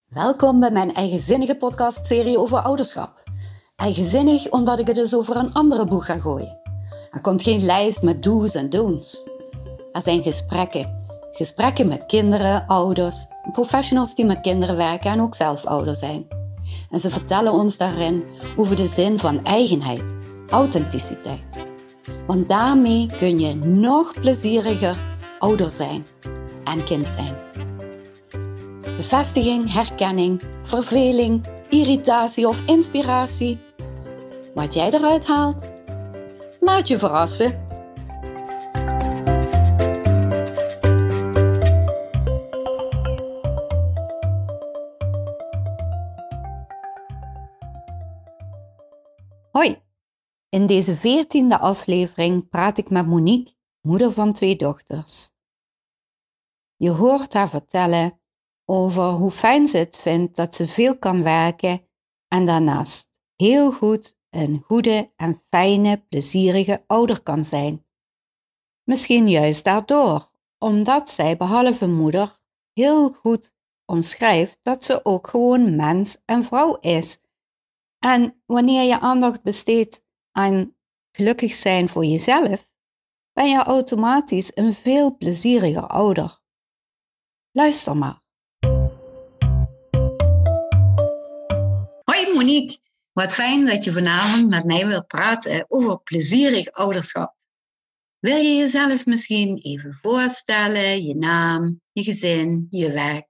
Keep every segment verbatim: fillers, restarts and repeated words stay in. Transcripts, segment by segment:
Welkom bij mijn eigenzinnige podcastserie over ouderschap. Eigenzinnig omdat ik het dus over een andere boeg ga gooien. Er komt geen lijst met do's en don'ts. Er zijn gesprekken. Gesprekken met kinderen, ouders, professionals die met kinderen werken en ook zelf ouder zijn. En ze vertellen ons daarin over de zin van eigenheid, authenticiteit. Want daarmee kun je nog plezieriger ouder zijn en kind zijn. Bevestiging, herkenning, verveling, irritatie of inspiratie. Wat jij eruit haalt, laat je verrassen. Hoi, in deze veertiende aflevering praat ik met Monique, moeder van twee dochters. Je hoort haar vertellen over hoe fijn ze het vindt dat ze veel kan werken en daarnaast heel goed een goede en fijne, plezierige ouder kan zijn. Misschien juist daardoor, omdat zij behalve moeder heel goed omschrijft dat ze ook gewoon mens en vrouw is. En wanneer je aandacht besteedt aan gelukkig zijn voor jezelf, ben je automatisch een veel plezieriger ouder. Luister maar. Hoi Monique, wat fijn dat je vanavond met mij wilt praten over plezierig ouderschap. Wil je jezelf misschien even voorstellen, je naam, je gezin, je werk?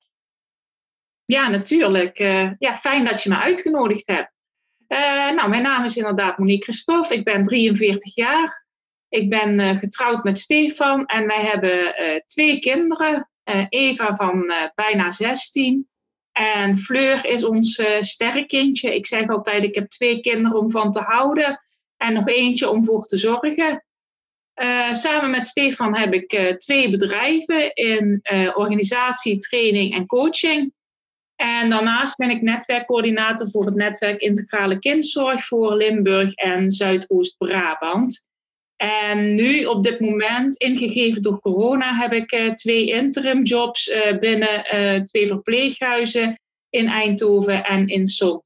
Ja, natuurlijk. Uh, ja, fijn dat je me uitgenodigd hebt. Uh, nou, mijn naam is inderdaad Monique Christophe, ik ben drieënveertig jaar. Ik ben uh, getrouwd met Stefan en wij hebben uh, twee kinderen. Uh, Eva van uh, bijna zestien. En Fleur is ons uh, sterrenkindje. Ik zeg altijd, ik heb twee kinderen om van te houden. En nog eentje om voor te zorgen. Uh, samen met Stefan heb ik uh, twee bedrijven in uh, organisatie, training en coaching. En daarnaast ben ik netwerkcoördinator voor het netwerk Integrale Kindzorg voor Limburg en Zuidoost-Brabant. En nu op dit moment, ingegeven door corona, heb ik uh, twee interim jobs uh, binnen uh, twee verpleeghuizen in Eindhoven en in Zon.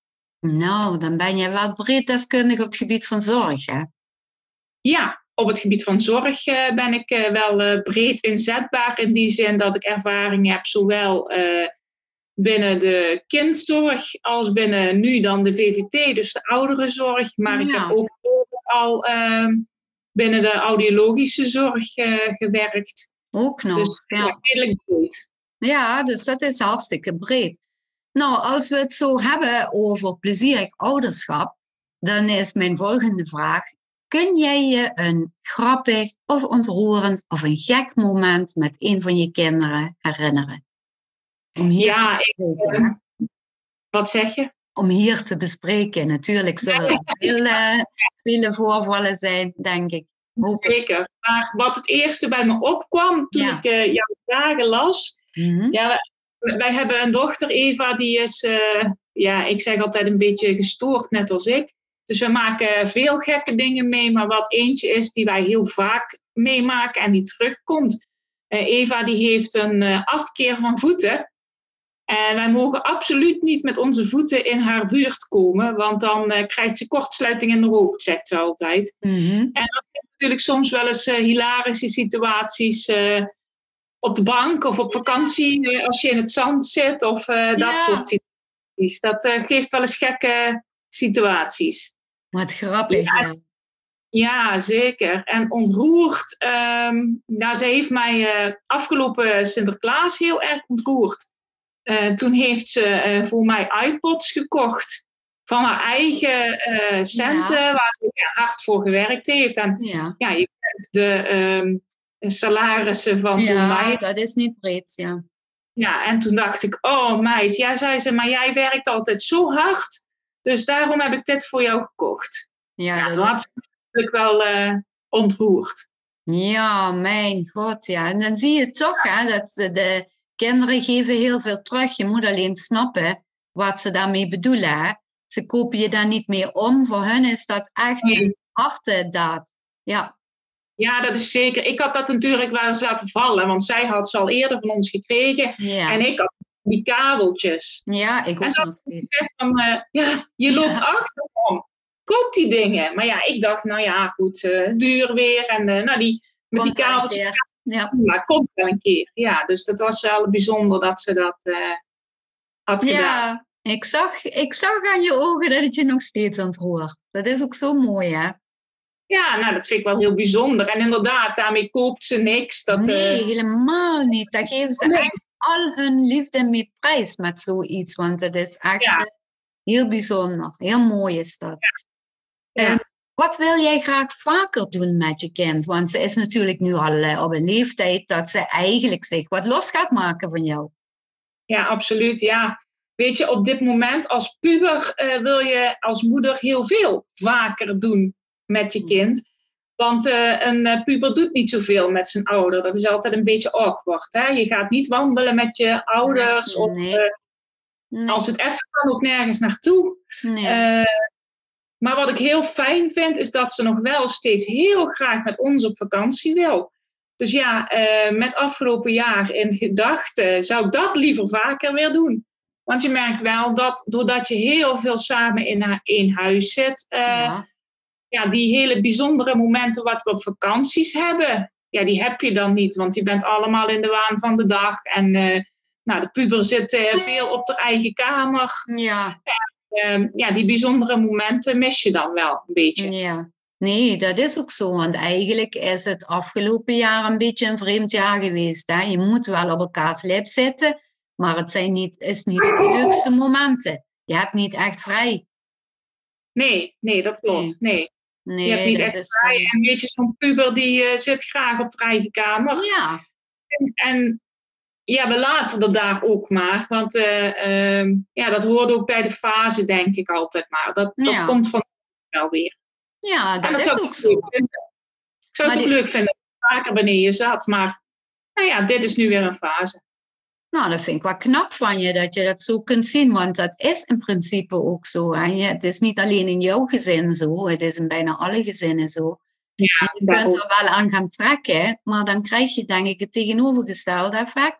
Nou, dan ben je wel breed deskundig op het gebied van zorg, hè? Ja, op het gebied van zorg uh, ben ik uh, wel uh, breed inzetbaar in die zin dat ik ervaring heb zowel uh, binnen de kindzorg als binnen nu dan de V V T, dus de ouderenzorg. Maar ja. Ik heb ook al uh, binnen de audiologische zorg uh, gewerkt. Ook nog, dus, ja. ja. Redelijk breed. Ja, dus dat is hartstikke breed. Nou, als we het zo hebben over plezierig ouderschap, dan is mijn volgende vraag: kun jij je een grappig of ontroerend of een gek moment met een van je kinderen herinneren? Om hier ja, te bespreken, ik, uh, wat zeg je? Om hier te bespreken. Natuurlijk zullen er veel, uh, vele voorvallen zijn, denk ik. Hoop Zeker. Maar wat het eerste bij me opkwam toen ja. ik uh, jouw vragen las. Mm-hmm. Ja, wij, wij hebben een dochter, Eva, die is, uh, ja, ik zeg altijd een beetje gestoord, net als ik. Dus we maken veel gekke dingen mee, maar wat eentje is die wij heel vaak meemaken en die terugkomt. Uh, Eva die heeft een uh, afkeer van voeten. En wij mogen absoluut niet met onze voeten in haar buurt komen, want dan uh, krijgt ze kortsluiting in de hoofd, zegt ze altijd. Mm-hmm. En dat zijn natuurlijk soms wel eens uh, hilarische situaties uh, op de bank of op vakantie, uh, als je in het zand zit of uh, dat ja. soort situaties. Dat uh, geeft wel eens gekke situaties. Wat grappig, ja. ja. Ja, zeker. En ontroerd. Um, nou, ze heeft mij uh, afgelopen Sinterklaas heel erg ontroerd. Uh, toen heeft ze uh, voor mij iPods gekocht. Van haar eigen uh, centen, ja. Waar ze ja, hard voor gewerkt heeft. En ja, ja je kent de um, salarissen van ja, voor mij. Ja, dat is niet breed, ja. Ja, en toen dacht ik, oh meid, ja, zei ze, maar jij werkt altijd zo hard. Dus daarom heb ik dit voor jou gekocht. Ja, ja dat toen is... had ze natuurlijk wel uh, ontroerd. Ja, mijn god, ja. En dan zie je toch, hè, dat de kinderen geven heel veel terug. Je moet alleen snappen wat ze daarmee bedoelen, hè. Ze kopen je daar niet meer om. Voor hen is dat echt nee. een harte daad. Ja. Ja, dat is zeker. Ik had dat natuurlijk wel eens laten vallen, want zij had ze al eerder van ons gekregen. Ja. En ik had die kabeltjes. Ja, ik En ook dat nog steeds. gezegd van, uh, ja, je loopt Ja. achterom. Koop die dingen. Maar ja, ik dacht, nou ja, goed, uh, duur weer. En uh, nou, die, met Komt die wel een kabeltjes, keer. Ja. maar komt wel een keer. Ja, dus dat was wel bijzonder dat ze dat uh, had gedaan. Ja, ik zag, ik zag aan je ogen dat het je nog steeds ontroert. Dat is ook zo mooi, hè? Ja, nou, dat vind ik wel heel bijzonder. En inderdaad, daarmee koopt ze niks. Dat, Nee, uh, helemaal niet. Daar geven ze nee. echt al hun liefde mee prijs met zoiets. Want het is echt Ja. uh, heel bijzonder. Heel mooi is dat. Ja. Ja. En wat wil jij graag vaker doen met je kind? Want ze is natuurlijk nu al uh, op een leeftijd dat ze eigenlijk zich wat los gaat maken van jou. Ja, absoluut. Ja. Weet je, op dit moment als puber uh, wil je als moeder heel veel vaker doen met je kind. Want uh, een uh, puber doet niet zoveel met zijn ouder. Dat is altijd een beetje awkward. Hè? Je gaat niet wandelen met je ouders. Nee, Of nee. uh, Nee. als het even kan, ook nergens naartoe. Nee. Uh, maar wat ik heel fijn vind, is dat ze nog wel steeds heel graag met ons op vakantie wil. Dus ja, uh, met afgelopen jaar in gedachten zou ik dat liever vaker weer doen. Want je merkt wel dat doordat je heel veel samen in één huis zit... Uh, ja. Ja, die hele bijzondere momenten wat we op vakanties hebben, ja, die heb je dan niet. Want je bent allemaal in de waan van de dag. En uh, nou, de puber zit uh, veel op de eigen kamer. Ja. En, uh, ja, die bijzondere momenten mis je dan wel een beetje. Ja. Nee, dat is ook zo. Want eigenlijk is het afgelopen jaar een beetje een vreemd jaar geweest. Hè? Je moet wel op elkaars lip zitten, maar het zijn niet, is niet de leukste momenten. Je hebt niet echt vrij. Nee, nee, dat klopt. Nee. nee. Nee, je hebt niet dat echt is, vrij. En weet je, zo'n puber die uh, zit graag op de eigen kamer. Ja. En, en ja, we laten er daar ook maar. Want uh, uh, ja, dat hoort ook bij de fase, denk ik altijd maar. Dat, dat ja. komt van wel weer. Ja, dat, dat is ook zo. Ik zou het ook die... leuk vinden dat je vaker beneden je zat. Maar nou ja, dit is nu weer een fase. Nou, dat vind ik wel knap van je, dat je dat zo kunt zien. Want dat is in principe ook zo. Hè? Het is niet alleen in jouw gezin zo. Het is in bijna alle gezinnen zo. Ja, en je kunt er wel aan gaan trekken. Maar dan krijg je denk ik het tegenovergestelde effect.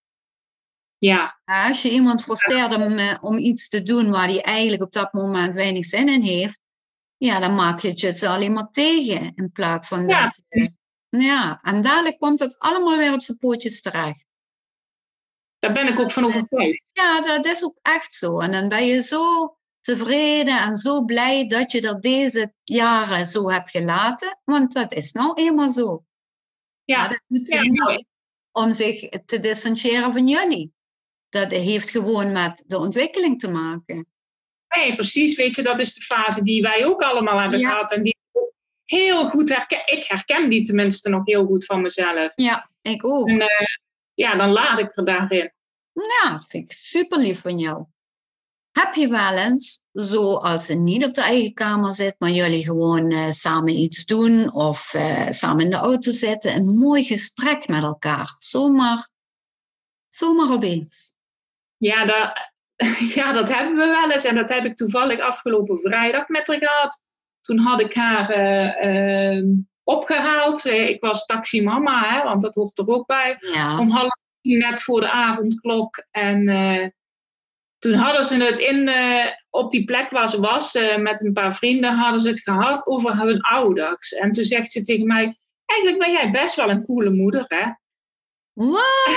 Ja. Als je iemand forceert om, uh, om iets te doen waar hij eigenlijk op dat moment weinig zin in heeft. Ja, dan maak je het je alleen maar tegen. In plaats van ja. dat je... Ja, en dadelijk komt het allemaal weer op zijn pootjes terecht. Daar ben ik ook van overtuigd. Ja, dat is ook echt zo. En dan ben je zo tevreden en zo blij dat je er deze jaren zo hebt gelaten. Want dat is nou eenmaal zo. Ja. Maar dat doet ze ja, niet nou, om zich te distancieren van jullie. Dat heeft gewoon met de ontwikkeling te maken. Nee, precies. Weet je, dat is de fase die wij ook allemaal hebben ja. gehad. En die heel goed herken. Ik herken die tenminste nog heel goed van mezelf. Ja, ik ook. En uh, ja, dan laat ik er daarin. Ja, vind ik super lief van jou. Heb je wel eens, zoals ze niet op de eigen kamer zit, maar jullie gewoon uh, samen iets doen of uh, samen in de auto zitten, een mooi gesprek met elkaar? Zomaar, zomaar opeens. Ja, dat, ja, dat hebben we wel eens. En dat heb ik toevallig afgelopen vrijdag met haar gehad. Toen had ik haar uh, uh, opgehaald. Ik was taximama, hè, want dat hoort er ook bij. Ja. Om half tien, net voor de avondklok. En uh, toen hadden ze het in, uh, op die plek waar ze was, uh, met een paar vrienden, hadden ze het gehad over hun ouders. En toen zegt ze tegen mij, eigenlijk ben jij best wel een coole moeder, hè? Wow!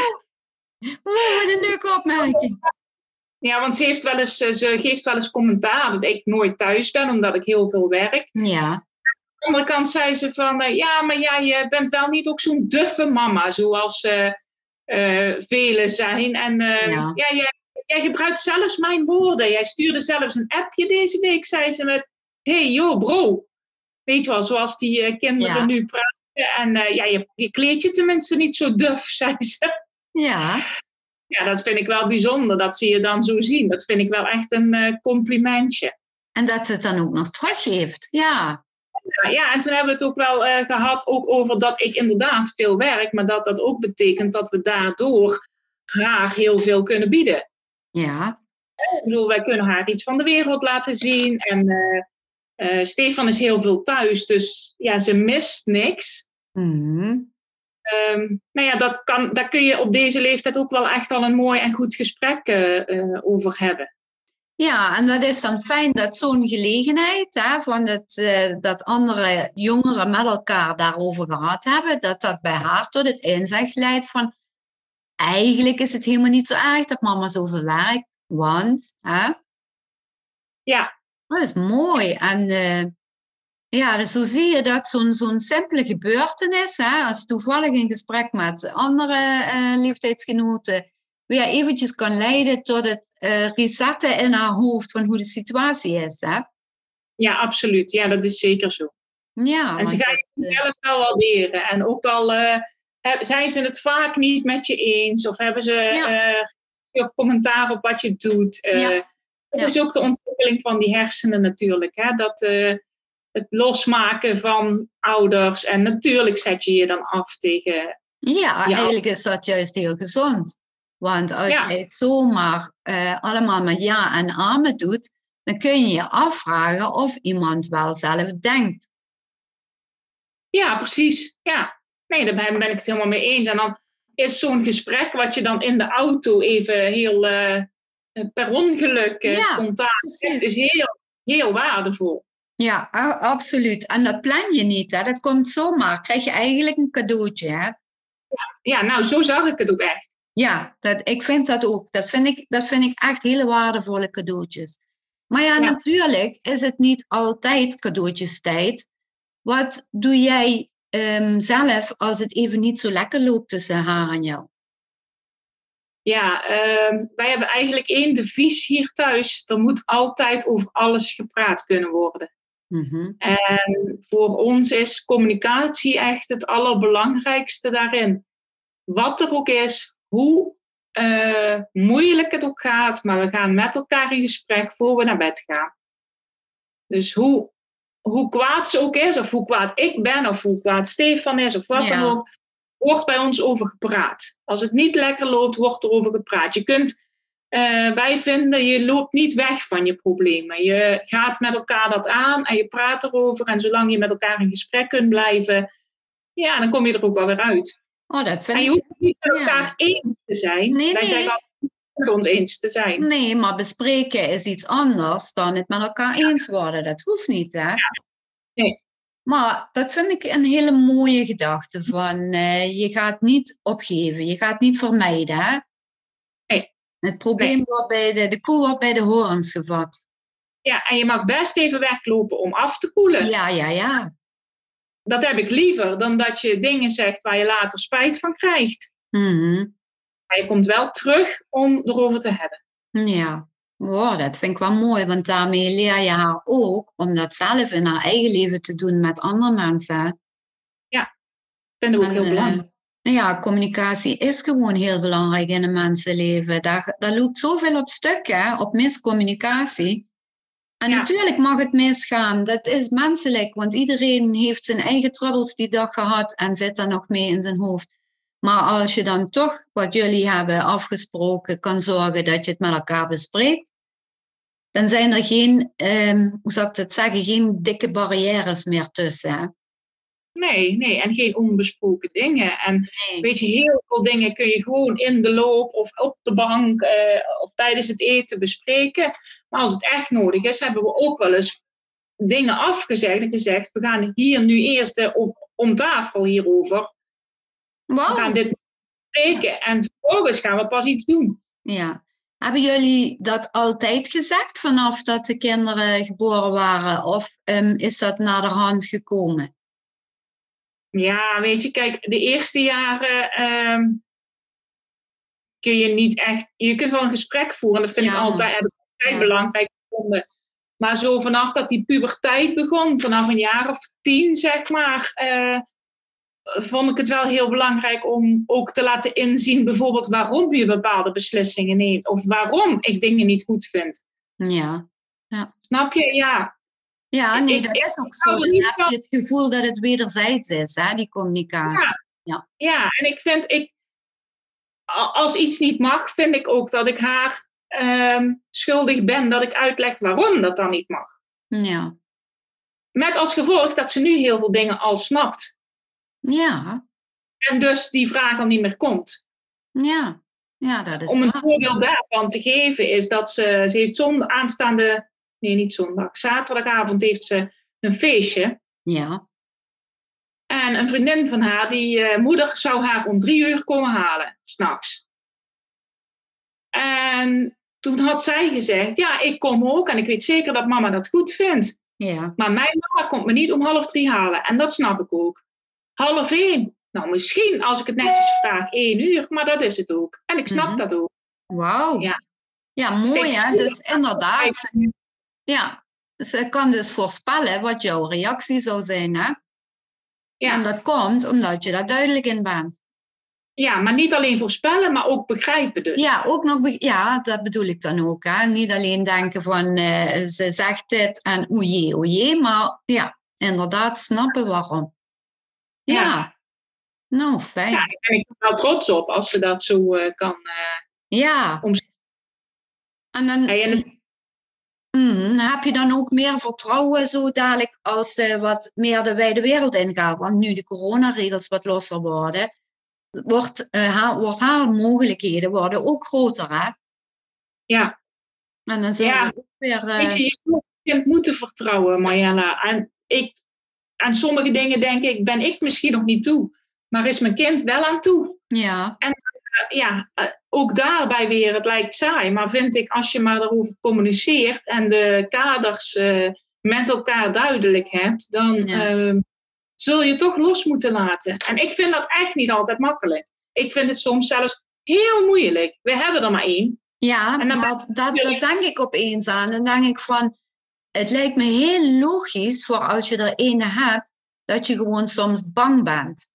Wow, wat een leuke opmerking. Ja, want ze, heeft wel eens, ze geeft wel eens commentaar dat ik nooit thuis ben, omdat ik heel veel werk. Ja. Aan de andere kant zei ze van, uh, ja, maar jij bent wel niet ook zo'n duffe mama, zoals uh, uh, velen zijn. En uh, ja. Ja, jij, jij gebruikt zelfs mijn woorden. Jij stuurde zelfs een appje deze week, zei ze met, hey, yo, bro. Weet je wel, zoals die uh, kinderen ja. nu praten. En uh, ja, je, je kleed je tenminste niet zo duf, zei ze. Ja. Ja, dat vind ik wel bijzonder, dat ze je dan zo zien. Dat vind ik wel echt een uh, complimentje. En dat ze het dan ook nog teruggeeft, ja. Ja, ja, en toen hebben we het ook wel uh, gehad ook over dat ik inderdaad veel werk, maar dat dat ook betekent dat we daardoor haar heel veel kunnen bieden. Ja. Ik bedoel, wij kunnen haar iets van de wereld laten zien. En uh, uh, Stefan is heel veel thuis, dus ja, ze mist niks. Mm-hmm. Um, nou ja, dat kan, daar kun je op deze leeftijd ook wel echt al een mooi en goed gesprek uh, uh, over hebben. Ja, en dat is dan fijn dat zo'n gelegenheid, hè, van het, uh, dat andere jongeren met elkaar daarover gehad hebben, dat dat bij haar tot het inzicht leidt van, eigenlijk is het helemaal niet zo erg dat mama zoveel werkt, want, hè? Ja. Dat is mooi. En uh, ja, dus zo zie je dat zo'n zo'n simpele gebeurtenis, hè, als toevallig een gesprek met andere uh, leeftijdsgenoten weer eventjes kan leiden tot het uh, resetten in haar hoofd van hoe de situatie is. Hè? Ja, absoluut. Ja, dat is zeker zo. Ja, en ze gaan het uh, zelf wel waarderen. En ook al uh, zijn ze het vaak niet met je eens, of hebben ze ja. uh, of commentaar op wat je doet. Uh, ja. Dat ja. is ook de ontwikkeling van die hersenen natuurlijk. Hè? Dat uh, het losmaken van ouders. En natuurlijk zet je je dan af tegen... Ja, eigenlijk is dat juist heel gezond. Want als ja. je het zomaar uh, allemaal met ja en amen doet, dan kun je je afvragen of iemand wel zelf denkt. Ja, precies. Ja. Nee, daar ben ik het helemaal mee eens. En dan is zo'n gesprek wat je dan in de auto even heel uh, per ongeluk uh, ja, spontaan zegt, is heel, heel waardevol. Ja, absoluut. En dat plan je niet, hè? Dat komt zomaar. Krijg je eigenlijk een cadeautje, hè? Ja, ja, nou, zo zag ik het ook echt. Ja, dat, ik vind dat ook. Dat vind ik, dat vind ik echt hele waardevolle cadeautjes. Maar ja, ja, natuurlijk is het niet altijd cadeautjestijd. Wat doe jij um, zelf als het even niet zo lekker loopt tussen haar en jou? Ja, um, wij hebben eigenlijk één devies hier thuis. Er moet altijd over alles gepraat kunnen worden. Mm-hmm. En voor ons is communicatie echt het allerbelangrijkste daarin. Wat er ook is, hoe uh, moeilijk het ook gaat, maar we gaan met elkaar in gesprek voor we naar bed gaan. Dus hoe, hoe kwaad ze ook is, of hoe kwaad ik ben, of hoe kwaad Stefan is, of wat ja. dan ook, wordt bij ons over gepraat. Als het niet lekker loopt, wordt er over gepraat. Je kunt, uh, wij vinden, je loopt niet weg van je problemen. Je gaat met elkaar dat aan en je praat erover. En zolang je met elkaar in gesprek kunt blijven, ja, dan kom je er ook wel weer uit. Oh, dat vind en je hoeft het niet met elkaar ja. eens te zijn. Nee, wij nee. zeggen altijd met ons eens te zijn. Nee, maar bespreken is iets anders dan het met elkaar ja. eens worden. Dat hoeft niet, hè? Ja. Nee. Maar dat vind ik een hele mooie gedachte van uh, je gaat niet opgeven, je gaat niet vermijden, hè? Nee. Het probleem nee. wordt bij de, de koe wordt bij de horens gevat. Ja, en je mag best even weglopen om af te koelen. Ja, ja, ja. Dat heb ik liever dan dat je dingen zegt waar je later spijt van krijgt. Mm-hmm. Maar je komt wel terug om erover te hebben. Ja, wow, dat vind ik wel mooi, want daarmee leer je haar ook om dat zelf in haar eigen leven te doen met andere mensen. Ja, ik vind het ook en, heel belangrijk. Uh, ja, communicatie is gewoon heel belangrijk in een mensenleven. Daar, daar loopt zoveel op stuk, hè, op miscommunicatie. En ja. natuurlijk mag het misgaan, dat is menselijk, want iedereen heeft zijn eigen troubles die dag gehad en zit daar nog mee in zijn hoofd. Maar als je dan toch wat jullie hebben afgesproken kan zorgen dat je het met elkaar bespreekt, dan zijn er geen, um, hoe zou ik dat zeggen, geen dikke barrières meer tussen. Hè? Nee, nee, en geen onbesproken dingen. En nee. weet je, heel veel dingen kun je gewoon in de loop of op de bank uh, of tijdens het eten bespreken. Maar als het echt nodig is, hebben we ook wel eens dingen afgezegd en gezegd, we gaan hier nu eerst uh, op, om tafel hierover. Wow. We gaan dit bespreken ja. en vervolgens gaan we pas iets doen. Ja. Hebben jullie dat altijd gezegd vanaf dat de kinderen geboren waren? Of um, is dat naderhand gekomen? Ja, weet je, kijk, de eerste jaren um, kun je niet echt... Je kunt wel een gesprek voeren, dat vind ja. ik altijd, heb ik altijd ja. belangrijk gevonden. Maar zo vanaf dat die puberteit begon, vanaf een jaar of tien, zeg maar... Uh, vond ik het wel heel belangrijk om ook te laten inzien bijvoorbeeld waarom je bepaalde beslissingen neemt. Of waarom ik dingen niet goed vind. Ja. ja. Snap je? Ja. Ja, nee, ik, dat ik, is ook zo. Dan heb je het gevoel dat het wederzijds is, hè, die communicatie. Ja, ja. ja, en ik vind, ik, als iets niet mag, vind ik ook dat ik haar um, schuldig ben dat ik uitleg waarom dat dan niet mag. Ja. Met als gevolg dat ze nu heel veel dingen al snapt. Ja. en dus die vraag al niet meer komt. Ja, ja dat is Om een waar. voorbeeld daarvan te geven is dat ze, ze heeft zondag aanstaande, nee niet zondag, zaterdagavond heeft ze een feestje. Ja. En een vriendin van haar, die uh, moeder zou haar om drie uur komen halen, 's nachts. En toen had zij gezegd, ja, ik kom ook en ik weet zeker dat mama dat goed vindt. Ja. Maar mijn mama komt me niet om half drie halen en dat snap ik ook. Half één, nou misschien als ik het netjes vraag, één uur, maar dat is het ook. En ik snap Mm-hmm. dat ook. Wauw. Ja. Ja, mooi hè. Dus inderdaad. Ze... Ja, ze kan dus voorspellen wat jouw reactie zou zijn hè. Ja. En dat komt omdat je daar duidelijk in bent. Ja, maar niet alleen voorspellen, maar ook begrijpen dus. Ja, ook nog be- ja, dat bedoel ik dan ook. Hè. Niet alleen denken van uh, ze zegt dit en o jee, o jee, maar ja, inderdaad snappen waarom. Ja, ja. Nou fijn. Ja, ik ben er wel trots op als ze dat zo uh, kan uh, ja. omzetten. En dan Hey, en het... mm, heb je dan ook meer vertrouwen zo dadelijk als uh, wat meer de wijde wereld ingaat. Want nu de coronaregels wat losser worden, wordt, uh, haar, wordt haar mogelijkheden worden ook groter, hè? Ja. En dan zullen ja. we ook weer... Uh... Weet je, je moet je kind moeten vertrouwen, Marjella. En ik, aan sommige dingen denk ik, ben ik misschien nog niet toe. Maar is mijn kind wel aan toe? Ja. En uh, ja, uh, ook daarbij weer, het lijkt saai. Maar vind ik, als je maar daarover communiceert en de kaders uh, met elkaar duidelijk hebt, dan... Ja. Uh, zul je toch los moeten laten. En ik vind dat echt niet altijd makkelijk. Ik vind het soms zelfs heel moeilijk. We hebben er maar één. Ja, en dan maar dat, dat denk ik opeens aan. Dan denk ik van, het lijkt me heel logisch voor als je er ene hebt, dat je gewoon soms bang bent.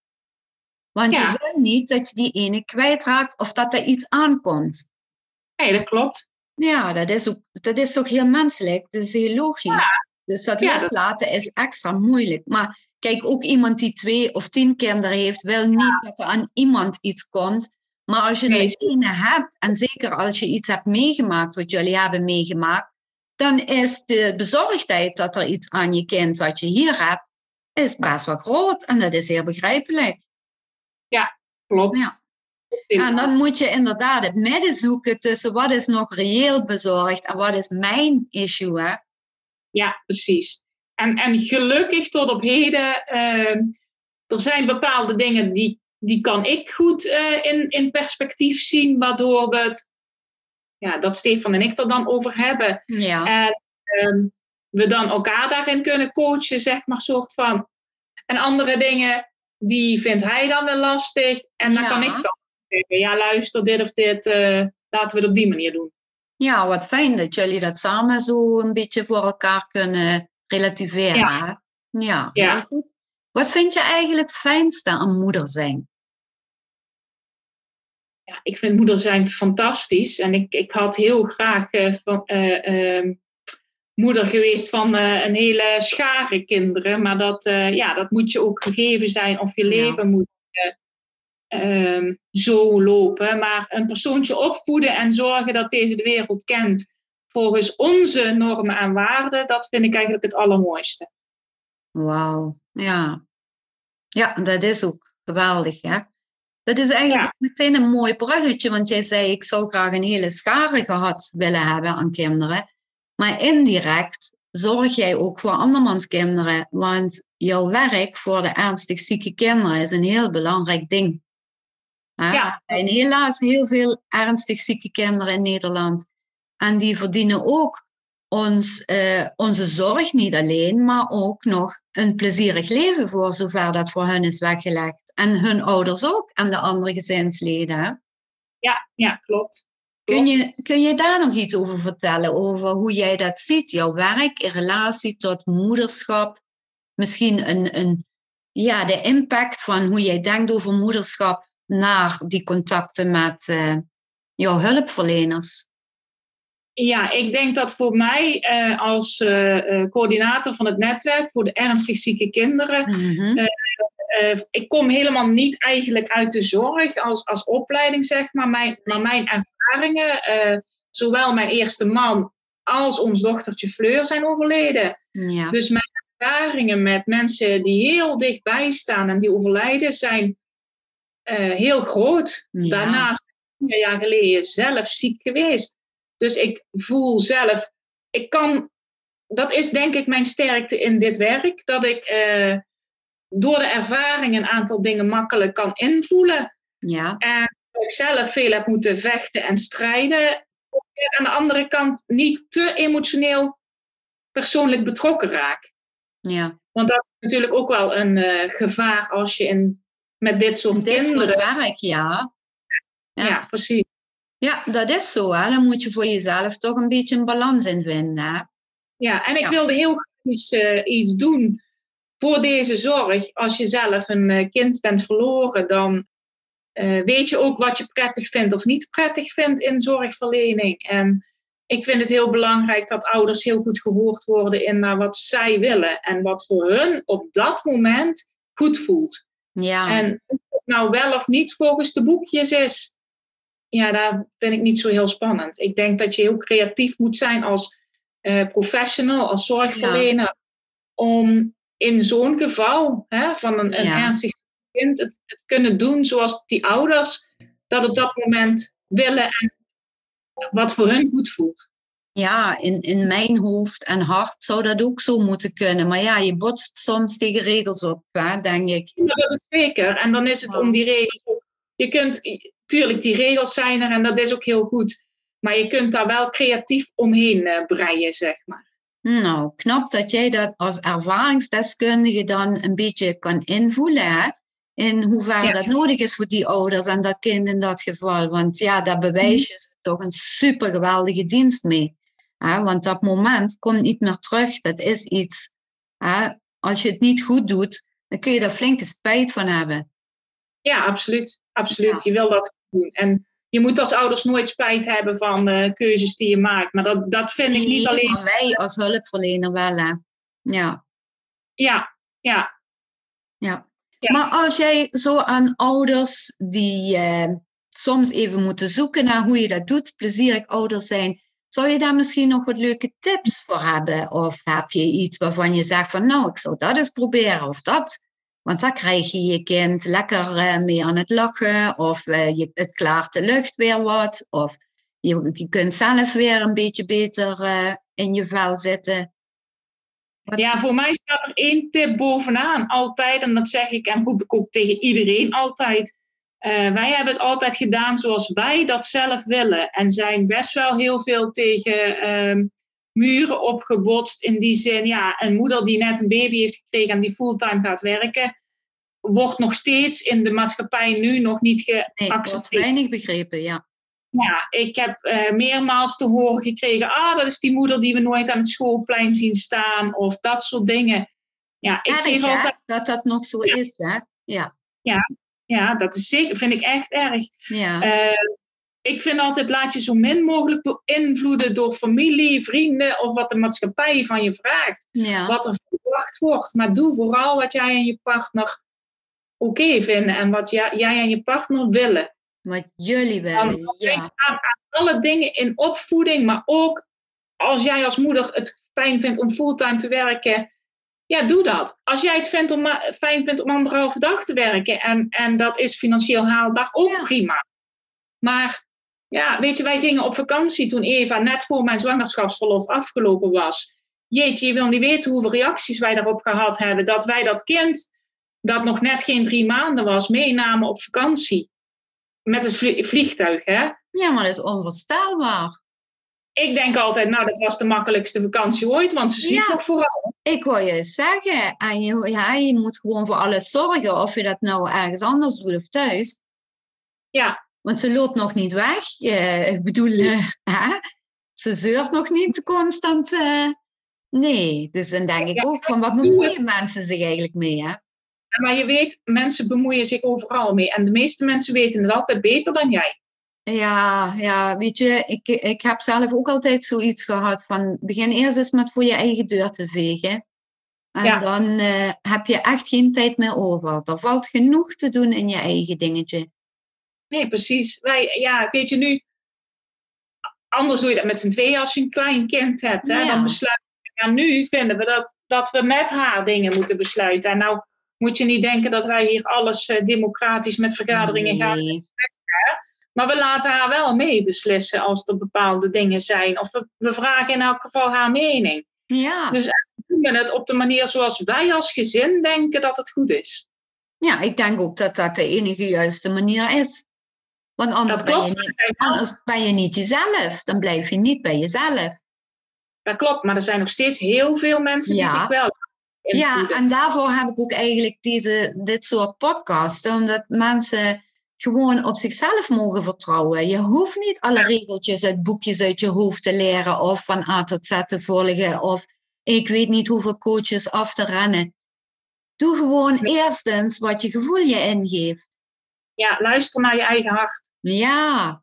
Want ja. je wil niet dat je die ene kwijtraakt of dat er iets aankomt. Nee, dat klopt. Ja, dat is ook, dat is ook heel menselijk. Dat is heel logisch. Ja. Dus dat ja, loslaten dat... is extra moeilijk. Maar kijk, ook iemand die twee of tien kinderen heeft, wil niet ja. dat er aan iemand iets komt. Maar als je nee. er ene hebt, en zeker als je iets hebt meegemaakt, wat jullie hebben meegemaakt, dan is de bezorgdheid dat er iets aan je kind wat je hier hebt, is best wel groot. En dat is heel begrijpelijk. Ja, klopt. Ja. En dan moet je inderdaad het midden zoeken tussen wat is nog reëel bezorgd en wat is mijn issue, hè? Ja, precies. En, en gelukkig tot op heden, uh, er zijn bepaalde dingen die, die kan ik goed uh, in, in perspectief zien, waardoor we het, ja, dat Stefan en ik er dan over hebben. Ja. En um, we dan elkaar daarin kunnen coachen, zeg maar, soort van. En andere dingen, die vindt hij dan wel lastig. En dan ja. kan ik dan zeggen, ja luister, dit of dit, uh, laten we het op die manier doen. Ja, wat fijn dat jullie dat samen zo een beetje voor elkaar kunnen relativeren. Ja, ja, ja. Heel goed. Wat vind je eigenlijk het fijnste aan moeder zijn? Ja, ik vind moeder zijn fantastisch. En ik, ik had heel graag uh, van, uh, uh, moeder geweest van uh, een hele schare kinderen. Maar dat, uh, ja, dat moet je ook gegeven zijn of je leven ja. moet uh, uh, zo lopen. Maar een persoontje opvoeden en zorgen dat deze de wereld kent volgens onze normen en waarden, dat vind ik eigenlijk het allermooiste. Wauw, ja. Ja, dat is ook geweldig, hè? Dat is eigenlijk ja. meteen een mooi bruggetje, want jij zei, ik zou graag een hele schare gehad willen hebben aan kinderen. Maar indirect zorg jij ook voor andermans kinderen, want jouw werk voor de ernstig zieke kinderen is een heel belangrijk ding. Ja. En helaas heel veel ernstig zieke kinderen in Nederland. En die verdienen ook ons, uh, onze zorg niet alleen, maar ook nog een plezierig leven voor zover dat voor hen is weggelegd. En hun ouders ook en de andere gezinsleden. Hè? Ja, ja, klopt. Kun je, kun je daar nog iets over vertellen, over hoe jij dat ziet, jouw werk in relatie tot moederschap? Misschien een, een, ja, de impact van hoe jij denkt over moederschap naar die contacten met uh, jouw hulpverleners. Ja, ik denk dat voor mij uh, als uh, uh, coördinator van het netwerk voor de ernstig zieke kinderen, mm-hmm. uh, uh, ik kom helemaal niet eigenlijk uit de zorg als, als opleiding, zeg maar. Mijn, maar mijn ervaringen, uh, zowel mijn eerste man als ons dochtertje Fleur zijn overleden. Ja. Dus mijn ervaringen met mensen die heel dichtbij staan en die overlijden zijn uh, heel groot. Ja. Daarnaast ben ik vier jaar geleden zelf ziek geweest. Dus ik voel zelf, ik kan, dat is denk ik mijn sterkte in dit werk, dat ik uh, door de ervaring een aantal dingen makkelijk kan invoelen. Ja. En dat ik zelf veel heb moeten vechten en strijden. Aan de andere kant niet te emotioneel persoonlijk betrokken raak. Ja. Want dat is natuurlijk ook wel een uh, gevaar als je in, met dit soort dit kinderen... Dit soort werk, ja. ja. Ja, precies. Ja, dat is zo. Hè. Dan moet je voor jezelf toch een beetje een balans in vinden. Hè? Ja, en ik ja. wilde heel graag iets, uh, iets doen voor deze zorg. Als je zelf een uh, kind bent verloren, dan uh, weet je ook wat je prettig vindt of niet prettig vindt in zorgverlening. En ik vind het heel belangrijk dat ouders heel goed gehoord worden in naar wat zij willen. En wat voor hun op dat moment goed voelt. Ja. En of het nou wel of niet volgens de boekjes is, ja, daar vind ik niet zo heel spannend. Ik denk dat je heel creatief moet zijn als uh, professional, als zorgverlener, ja. om in zo'n geval hè, van een, een ja. ernstig kind het, het kunnen doen zoals die ouders dat op dat moment willen en wat voor hun goed voelt. Ja, in, in mijn hoofd en hart zou dat ook zo moeten kunnen. Maar ja, je botst soms tegen regels op, hè, denk ik. Ja, dat is zeker. En dan is het ja. om die regels ook. Je kunt, tuurlijk, die regels zijn er en dat is ook heel goed. Maar je kunt daar wel creatief omheen uh, breien, zeg maar. Nou, knap dat jij dat als ervaringsdeskundige dan een beetje kan invoelen, hè? In hoeverre ja. dat nodig is voor die ouders en dat kind in dat geval. Want ja, daar bewijs je mm. toch een super geweldige dienst mee. Hè? Want dat moment komt niet meer terug. Dat is iets. Hè? Als je het niet goed doet, dan kun je daar flinke spijt van hebben. Ja, absoluut. absoluut. Ja. Je wil dat doen. En je moet als ouders nooit spijt hebben van uh, keuzes die je maakt. Maar dat, dat vind ik nee, niet alleen... maar wij als hulpverlener wel, hè. Ja. Ja, ja. Ja. Ja. Maar als jij zo aan ouders die uh, soms even moeten zoeken naar hoe je dat doet, plezierig ouders zijn, zou je daar misschien nog wat leuke tips voor hebben? Of heb je iets waarvan je zegt van nou, ik zou dat eens proberen of dat? Want dan krijg je je kind lekker uh, mee aan het lachen of uh, je, het klaart de lucht weer wat. Of je, je kunt zelf weer een beetje beter uh, in je vel zitten. Wat... Ja, voor mij staat er één tip bovenaan, altijd. En dat zeg ik en roep ik ook tegen iedereen altijd. Uh, wij hebben het altijd gedaan zoals wij dat zelf willen. En zijn best wel heel veel tegen uh, muren opgebotst. In die zin, ja, een moeder die net een baby heeft gekregen en die fulltime gaat werken, wordt nog steeds in de maatschappij nu nog niet geaccepteerd. Nee, wordt weinig begrepen, ja. Ja, ik heb uh, meermaals te horen gekregen, ah, dat is die moeder die we nooit aan het schoolplein zien staan, of dat soort dingen. Ja, ik erg, geef altijd... dat dat nog zo ja. is, hè? Ja. Ja, ja, dat is zeker, vind ik echt erg. Ja. Uh, ik vind altijd, laat je zo min mogelijk beïnvloeden door familie, vrienden, of wat de maatschappij van je vraagt. Ja. Wat er verwacht wordt. Maar doe vooral wat jij en je partner oké okay vinden, en wat jij, jij en je partner willen. Wat jullie willen, dan, ja. Aan, aan alle dingen in opvoeding, maar ook als jij als moeder het fijn vindt om fulltime te werken, ja, doe dat. Als jij het vindt om, fijn vindt om anderhalve dag te werken en, en dat is financieel haalbaar, ook ja. prima. Maar ja, weet je, wij gingen op vakantie toen Eva net voor mijn zwangerschapsverlof afgelopen was. Jeetje, je wil niet weten hoeveel reacties wij daarop gehad hebben, dat wij dat kind, dat nog net geen drie maanden was, meenamen op vakantie. Met het vliegtuig, hè? Ja, maar dat is onvoorstelbaar. Ik denk altijd, nou, dat was de makkelijkste vakantie ooit, want ze sliep ja, nog vooral. Ik wil je zeggen, en je, ja, je moet gewoon voor alles zorgen, of je dat nou ergens anders doet of thuis. Ja. Want ze loopt nog niet weg. Uh, ik bedoel, uh, hè? Ze zeurt nog niet constant. Uh, nee, dus dan denk ik ja, ook van, wat bemoeien mensen zich eigenlijk mee, hè? Ja, maar je weet, mensen bemoeien zich overal mee. En de meeste mensen weten het altijd beter dan jij. Ja, ja, weet je, ik, ik heb zelf ook altijd zoiets gehad van, begin eerst eens met voor je eigen deur te vegen. En ja. dan uh, heb je echt geen tijd meer over. Er valt genoeg te doen in je eigen dingetje. Nee, precies. Wij, ja, weet je nu, anders doe je dat met z'n tweeën als je een klein kind hebt. Hè? Ja. Dan besluit je, ja, nu vinden we dat, dat we met haar dingen moeten besluiten. En nou Moet je niet denken dat wij hier alles uh, democratisch met vergaderingen Nee. gaan beslissen. Maar we laten haar wel meebeslissen als er bepaalde dingen zijn. Of we, we vragen in elk geval haar mening. Ja. Dus eigenlijk doen we het op de manier zoals wij als gezin denken dat het goed is. Ja, ik denk ook dat dat de enige juiste manier is. Want anders, Dat ben klopt. je, niet, anders ben je niet jezelf. Dan blijf je niet bij jezelf. Dat klopt, maar er zijn nog steeds heel veel mensen die Ja. zich wel Ja, invloeden. en daarvoor heb ik ook eigenlijk deze, dit soort podcasten. Omdat mensen gewoon op zichzelf mogen vertrouwen. Je hoeft niet alle regeltjes uit boekjes uit je hoofd te leren. Of van A tot Z te volgen. Of ik weet niet hoeveel coaches af te rennen. Doe gewoon eerstens wat je gevoel je ingeeft. Ja, luister naar je eigen hart. Ja.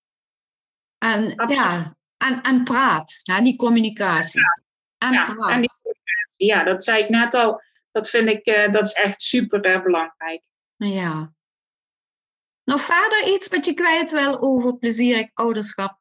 En, ja. en, en praat. Ja, die communicatie. En Ja, praat. en die, ja, dat zei ik net al. Dat vind ik, uh, dat is echt super belangrijk. Ja. Nog verder iets wat je kwijt wil over plezierig ouderschap?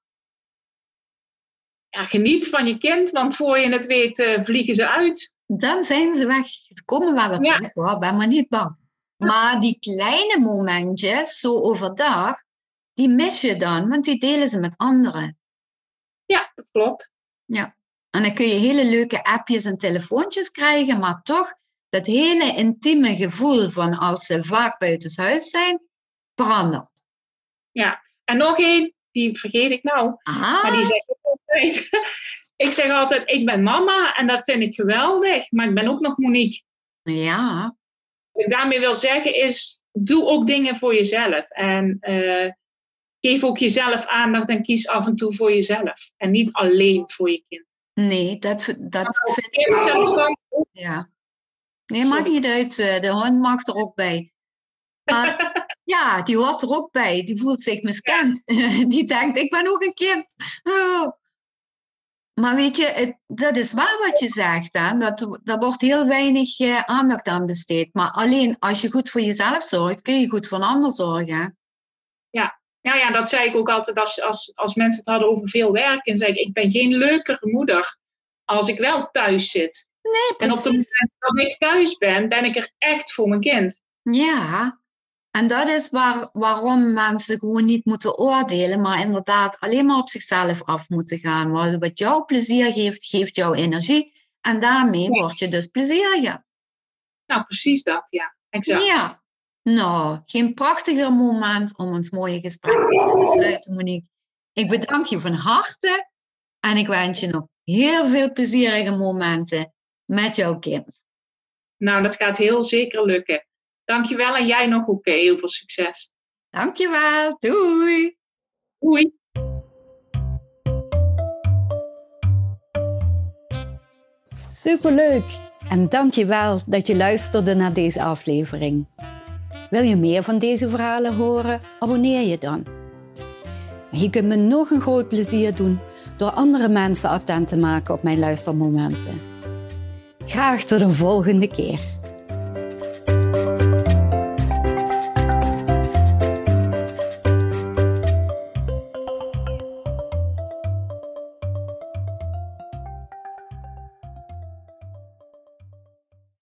Ja, geniet van je kind, want voor je het weet uh, vliegen ze uit. Dan zijn ze weg. Ze komen wel weer terug, ja. Hoor. Ben maar niet bang. Maar die kleine momentjes, zo overdag, die mis je dan, want die delen ze met anderen. Ja, dat klopt. Ja. En dan kun je hele leuke appjes en telefoontjes krijgen, maar toch dat hele intieme gevoel van als ze vaak buitenshuis zijn, verandert. Ja, en nog één, die vergeet ik nou, Aha. maar die zeg ik altijd. Ik zeg altijd, ik ben mama en dat vind ik geweldig, maar ik ben ook nog Monique. Ja. Wat ik daarmee wil zeggen is, doe ook dingen voor jezelf. En uh, geef ook jezelf aandacht en kies af en toe voor jezelf. En niet alleen voor je kind. Nee, dat, dat vind ik kind zelfstandig. Ja. Nee, maakt niet uit. De hond mag er ook bij. Maar ja, die hoort er ook bij. Die voelt zich miskend. Die denkt, ik ben ook een kind. Oh. Maar weet je, het, dat is waar wat je zegt. Hè? Dat, daar wordt heel weinig uh, aandacht aan besteed. Maar alleen als je goed voor jezelf zorgt, kun je goed voor een ander zorgen. Ja, nou ja, dat zei ik ook altijd als, als, als mensen het hadden over veel werken. En zei ik, ik ben geen leukere moeder als ik wel thuis zit. Nee, precies. En op het moment dat ik thuis ben, ben ik er echt voor mijn kind. Ja, en dat is waar, waarom mensen gewoon niet moeten oordelen, maar inderdaad alleen maar op zichzelf af moeten gaan. Want wat jou plezier geeft, geeft jou energie. En daarmee ja. word je dus plezieriger. Nou, precies dat, ja. Exact. Ja. Nou, geen prachtiger moment om ons mooie gesprek af te sluiten, Monique. Ik bedank je van harte en ik wens je nog heel veel plezierige momenten met jouw kind. Nou, dat gaat heel zeker lukken. Dankjewel en jij nog ook heel veel succes. Dankjewel, doei! Doei! Superleuk! En dankjewel dat je luisterde naar deze aflevering. Wil je meer van deze verhalen horen? Abonneer je dan. Je kunt me nog een groot plezier doen door andere mensen attent te maken op mijn luistermomenten. Graag tot de volgende keer.